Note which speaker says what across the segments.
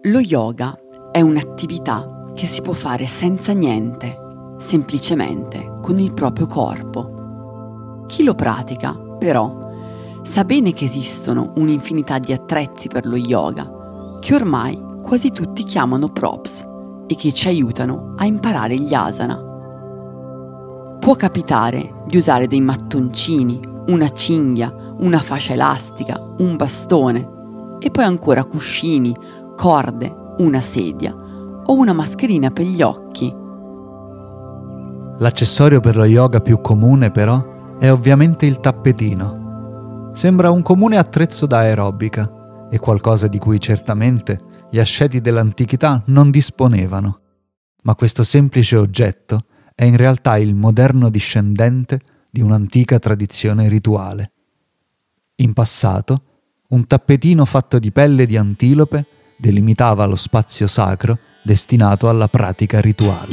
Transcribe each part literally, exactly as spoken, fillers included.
Speaker 1: Lo yoga è un'attività che si può fare senza niente, semplicemente con il proprio corpo. Chi lo pratica, però, sa bene che esistono un'infinità di attrezzi per lo yoga, che ormai quasi tutti chiamano props e che ci aiutano a imparare gli asana. Può capitare di usare dei mattoncini, una cinghia, una fascia elastica, un bastone e poi ancora cuscini, corde, una sedia o una mascherina per gli occhi.
Speaker 2: L'accessorio per lo yoga più comune, però, è ovviamente il tappetino. Sembra un comune attrezzo da aerobica e qualcosa di cui certamente gli asceti dell'antichità non disponevano. Ma questo semplice oggetto è in realtà il moderno discendente di un'antica tradizione rituale. In passato, un tappetino fatto di pelle di antilope delimitava lo spazio sacro destinato alla pratica rituale.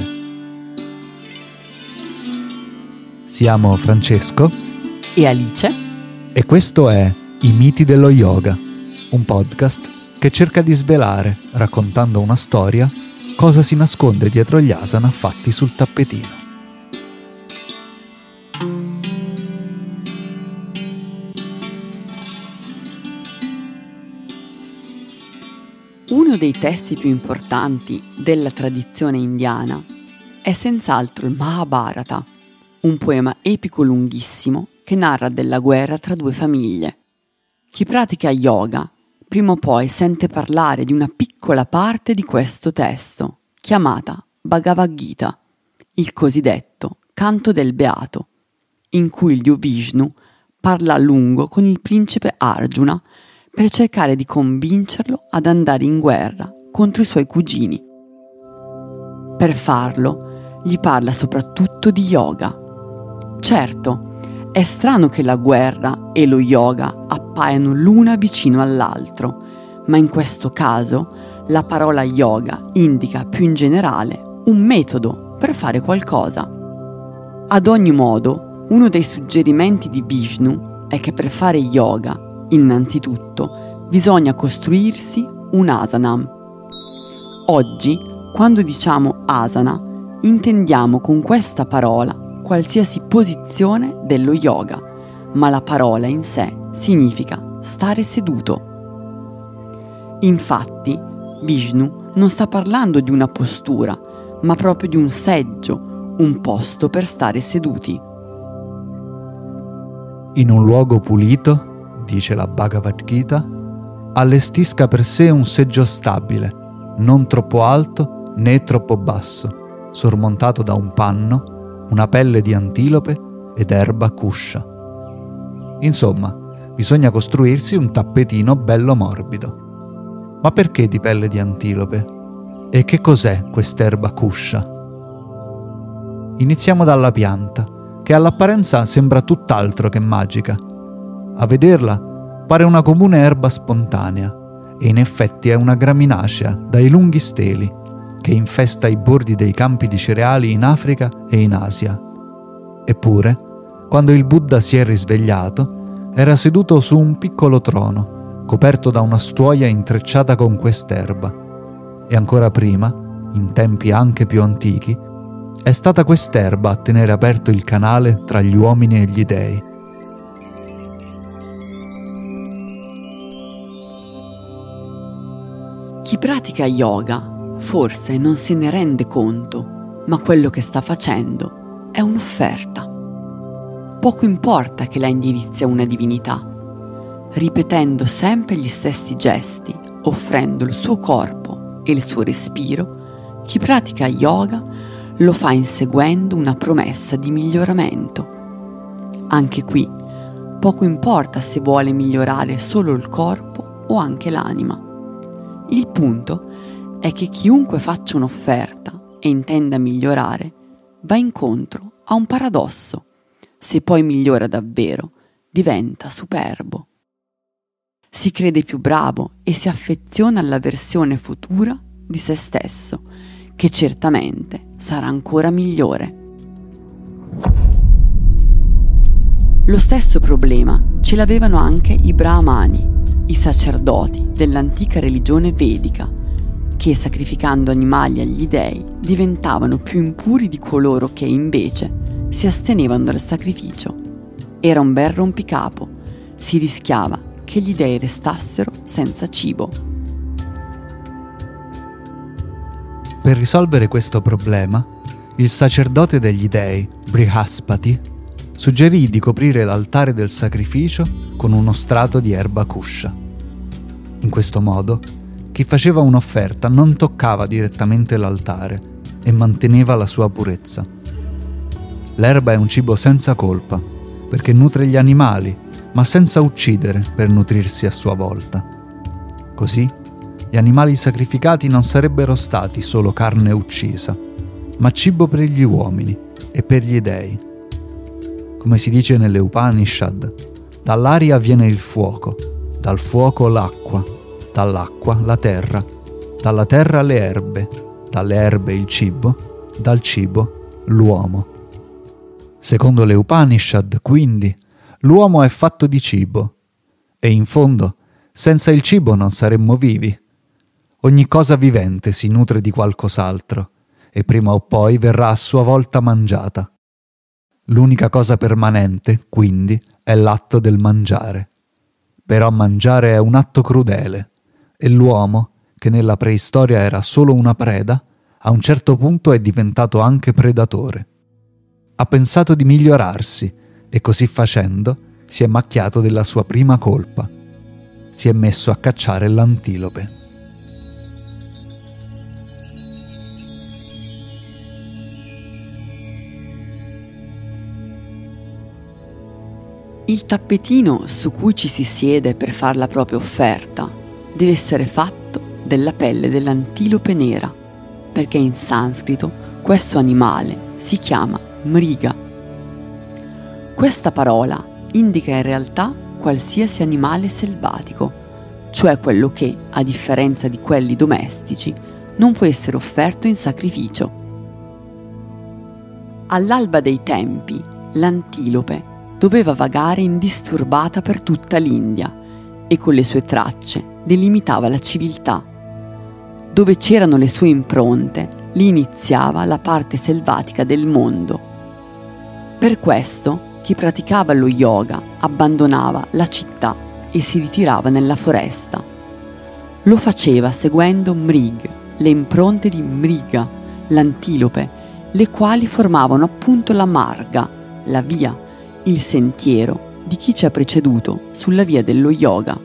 Speaker 2: Siamo Francesco
Speaker 1: e Alice
Speaker 2: e questo è I miti dello yoga, un podcast che cerca di svelare, raccontando una storia, cosa si nasconde dietro gli asana fatti sul tappetino.
Speaker 1: Uno dei testi più importanti della tradizione indiana è senz'altro il Mahabharata, un poema epico lunghissimo che narra della guerra tra due famiglie. Chi pratica yoga prima o poi sente parlare di una piccola parte di questo testo, chiamata Bhagavad Gita, il cosiddetto Canto del Beato, in cui il dio Vishnu parla a lungo con il principe Arjuna per cercare di convincerlo ad andare in guerra contro i suoi cugini. Per farlo, gli parla soprattutto di yoga. Certo, è strano che la guerra e lo yoga appaiano l'una vicino all'altro, ma in questo caso la parola yoga indica più in generale un metodo per fare qualcosa. Ad ogni modo, uno dei suggerimenti di Vishnu è che per fare yoga, innanzitutto, bisogna costruirsi un asanam. Oggi, quando diciamo asana, intendiamo con questa parola qualsiasi posizione dello yoga, ma la parola in sé significa stare seduto. Infatti, Vishnu non sta parlando di una postura, ma proprio di un seggio, un posto per stare seduti.
Speaker 2: In un luogo pulito, dice la Bhagavad Gita, allestisca per sé un seggio stabile, non troppo alto né troppo basso, sormontato da un panno, una pelle di antilope ed erba cuscia. Insomma, bisogna costruirsi un tappetino bello morbido. Ma perché di pelle di antilope? E che cos'è quest'erba cuscia? Iniziamo dalla pianta, che all'apparenza sembra tutt'altro che magica. A vederla pare una comune erba spontanea e in effetti è una graminacea dai lunghi steli che infesta i bordi dei campi di cereali in Africa e in Asia. Eppure, quando il Buddha si è risvegliato, era seduto su un piccolo trono, coperto da una stuoia intrecciata con quest'erba. E ancora prima, in tempi anche più antichi, è stata quest'erba a tenere aperto il canale tra gli uomini e gli dei.
Speaker 1: Chi pratica yoga forse non se ne rende conto, ma quello che sta facendo è un'offerta. Poco importa che la indirizzi a una divinità, ripetendo sempre gli stessi gesti, offrendo il suo corpo e il suo respiro, chi pratica yoga lo fa inseguendo una promessa di miglioramento. Anche qui, poco importa se vuole migliorare solo il corpo o anche l'anima. Il punto è che chiunque faccia un'offerta e intenda migliorare va incontro a un paradosso. Se poi migliora davvero, diventa superbo. Si crede più bravo e si affeziona alla versione futura di se stesso, che certamente sarà ancora migliore. Lo stesso problema ce l'avevano anche i brahmani, i sacerdoti dell'antica religione vedica, che sacrificando animali agli dei diventavano più impuri di coloro che invece si astenevano dal sacrificio. Era un bel rompicapo, si rischiava che gli dei restassero senza cibo.
Speaker 2: Per risolvere questo problema, il sacerdote degli dei, Brihaspati, suggerì di coprire l'altare del sacrificio con uno strato di erba cuscia. In questo modo, chi faceva un'offerta non toccava direttamente l'altare e manteneva la sua purezza. L'erba è un cibo senza colpa, perché nutre gli animali, ma senza uccidere per nutrirsi a sua volta. Così, gli animali sacrificati non sarebbero stati solo carne uccisa, ma cibo per gli uomini e per gli dei. Come si dice nelle Upanishad, dall'aria viene il fuoco, dal fuoco l'acqua, dall'acqua la terra, dalla terra le erbe, dalle erbe il cibo, dal cibo l'uomo. Secondo le Upanishad, quindi, l'uomo è fatto di cibo, e in fondo, senza il cibo non saremmo vivi. Ogni cosa vivente si nutre di qualcos'altro, e prima o poi verrà a sua volta mangiata. L'unica cosa permanente, quindi, è l'atto del mangiare. Però mangiare è un atto crudele, e l'uomo, che nella preistoria era solo una preda, a un certo punto è diventato anche predatore. Ha pensato di migliorarsi, e così facendo si è macchiato della sua prima colpa. Si è messo a cacciare l'antilope.
Speaker 1: Il tappetino su cui ci si siede per far la propria offerta deve essere fatto della pelle dell'antilope nera, perché in sanscrito questo animale si chiama mriga. Questa parola indica in realtà qualsiasi animale selvatico, cioè quello che, a differenza di quelli domestici, non può essere offerto in sacrificio. All'alba dei tempi, l'antilope doveva vagare indisturbata per tutta l'India e con le sue tracce delimitava la civiltà. Dove c'erano le sue impronte, lì iniziava la parte selvatica del mondo. Per questo, chi praticava lo yoga abbandonava la città e si ritirava nella foresta. Lo faceva seguendo Mrig, le impronte di Mriga, l'antilope, le quali formavano appunto la marga, la via, il sentiero di chi ci ha preceduto sulla via dello yoga.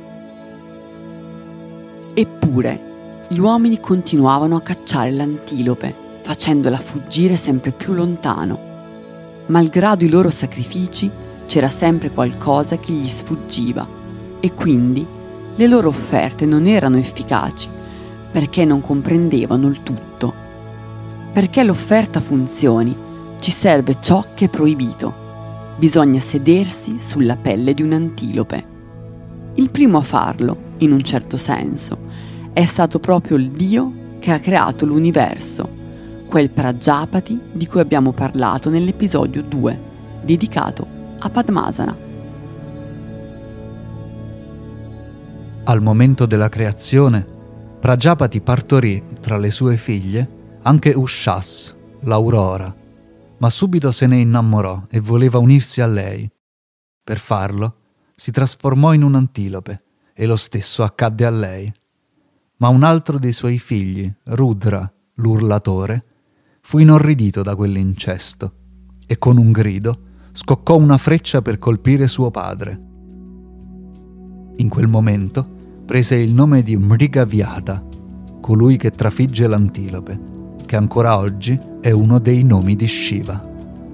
Speaker 1: Eppure, gli uomini continuavano a cacciare l'antilope, facendola fuggire sempre più lontano. Malgrado i loro sacrifici, c'era sempre qualcosa che gli sfuggiva e quindi le loro offerte non erano efficaci perché non comprendevano il tutto. Perché l'offerta funzioni, ci serve ciò che è proibito. Bisogna sedersi sulla pelle di un antilope. Il primo a farlo, in un certo senso, è stato proprio il Dio che ha creato l'universo, quel Prajapati di cui abbiamo parlato nell'episodio due, dedicato a Padmasana.
Speaker 2: Al momento della creazione, Prajapati partorì tra le sue figlie anche Ushas, l'Aurora, ma subito se ne innamorò e voleva unirsi a lei. Per farlo, si trasformò in un antilope e lo stesso accadde a lei. Ma un altro dei suoi figli, Rudra, l'urlatore, fu inorridito da quell'incesto e con un grido scoccò una freccia per colpire suo padre. In quel momento prese il nome di Mrigavyada, colui che trafigge l'antilope, che ancora oggi è uno dei nomi di Shiva.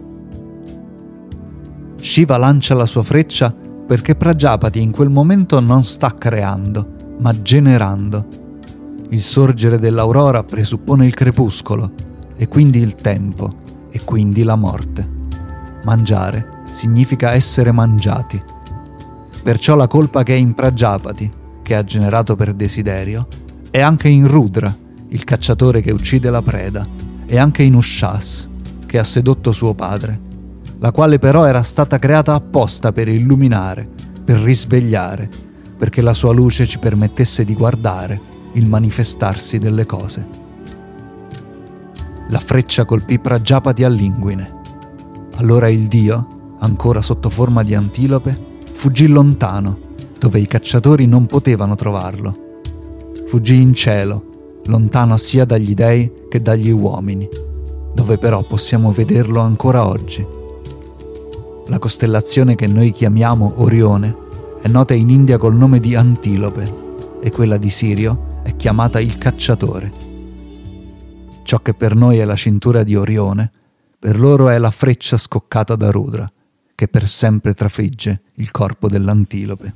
Speaker 2: Shiva lancia la sua freccia perché Prajapati in quel momento non sta creando, ma generando. Il sorgere dell'aurora presuppone il crepuscolo, e quindi il tempo, e quindi la morte. Mangiare significa essere mangiati. Perciò la colpa che è in Prajapati, che ha generato per desiderio, è anche in Rudra, il cacciatore che uccide la preda, e anche in Ushas, che ha sedotto suo padre, la quale però era stata creata apposta per illuminare, per risvegliare, perché la sua luce ci permettesse di guardare il manifestarsi delle cose. La freccia colpì Prajapati all'inguine. Allora il dio, ancora sotto forma di antilope, fuggì lontano, dove i cacciatori non potevano trovarlo. Fuggì in cielo, lontano sia dagli dei che dagli uomini, dove però possiamo vederlo ancora oggi. La costellazione che noi chiamiamo Orione è nota in India col nome di Antilope e quella di Sirio è chiamata il Cacciatore. Ciò che per noi è la cintura di Orione, per loro è la freccia scoccata da Rudra, che per sempre trafigge il corpo dell'antilope.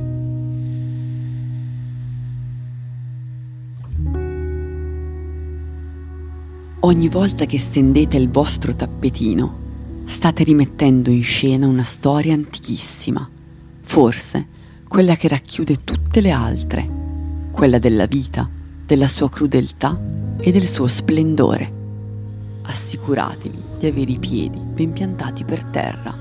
Speaker 1: Ogni volta che stendete il vostro tappetino, state rimettendo in scena una storia antichissima, forse quella che racchiude tutte le altre, quella della vita, della sua crudeltà e del suo splendore. Assicuratevi di avere i piedi ben piantati per terra.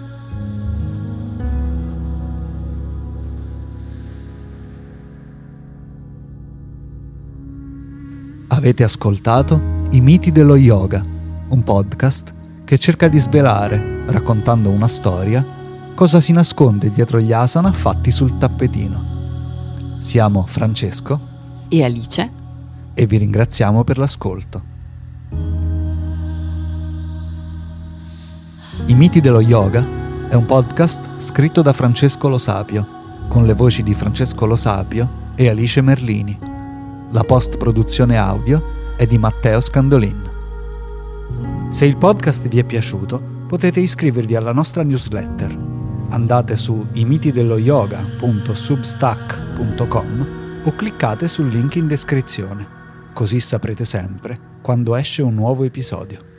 Speaker 2: Avete ascoltato I miti dello yoga, un podcast che cerca di svelare, raccontando una storia, cosa si nasconde dietro gli asana fatti sul tappetino. Siamo Francesco
Speaker 1: e Alice
Speaker 2: e vi ringraziamo per l'ascolto. I miti dello yoga è un podcast scritto da Francesco Lo Sapio, con le voci di Francesco Lo Sapio e Alice Merlini. La post-produzione audio è di Matteo Scandolin. Se il podcast vi è piaciuto, potete iscrivervi alla nostra newsletter. Andate su imitidelloyoga punto substack punto com o cliccate sul link in descrizione, così saprete sempre quando esce un nuovo episodio.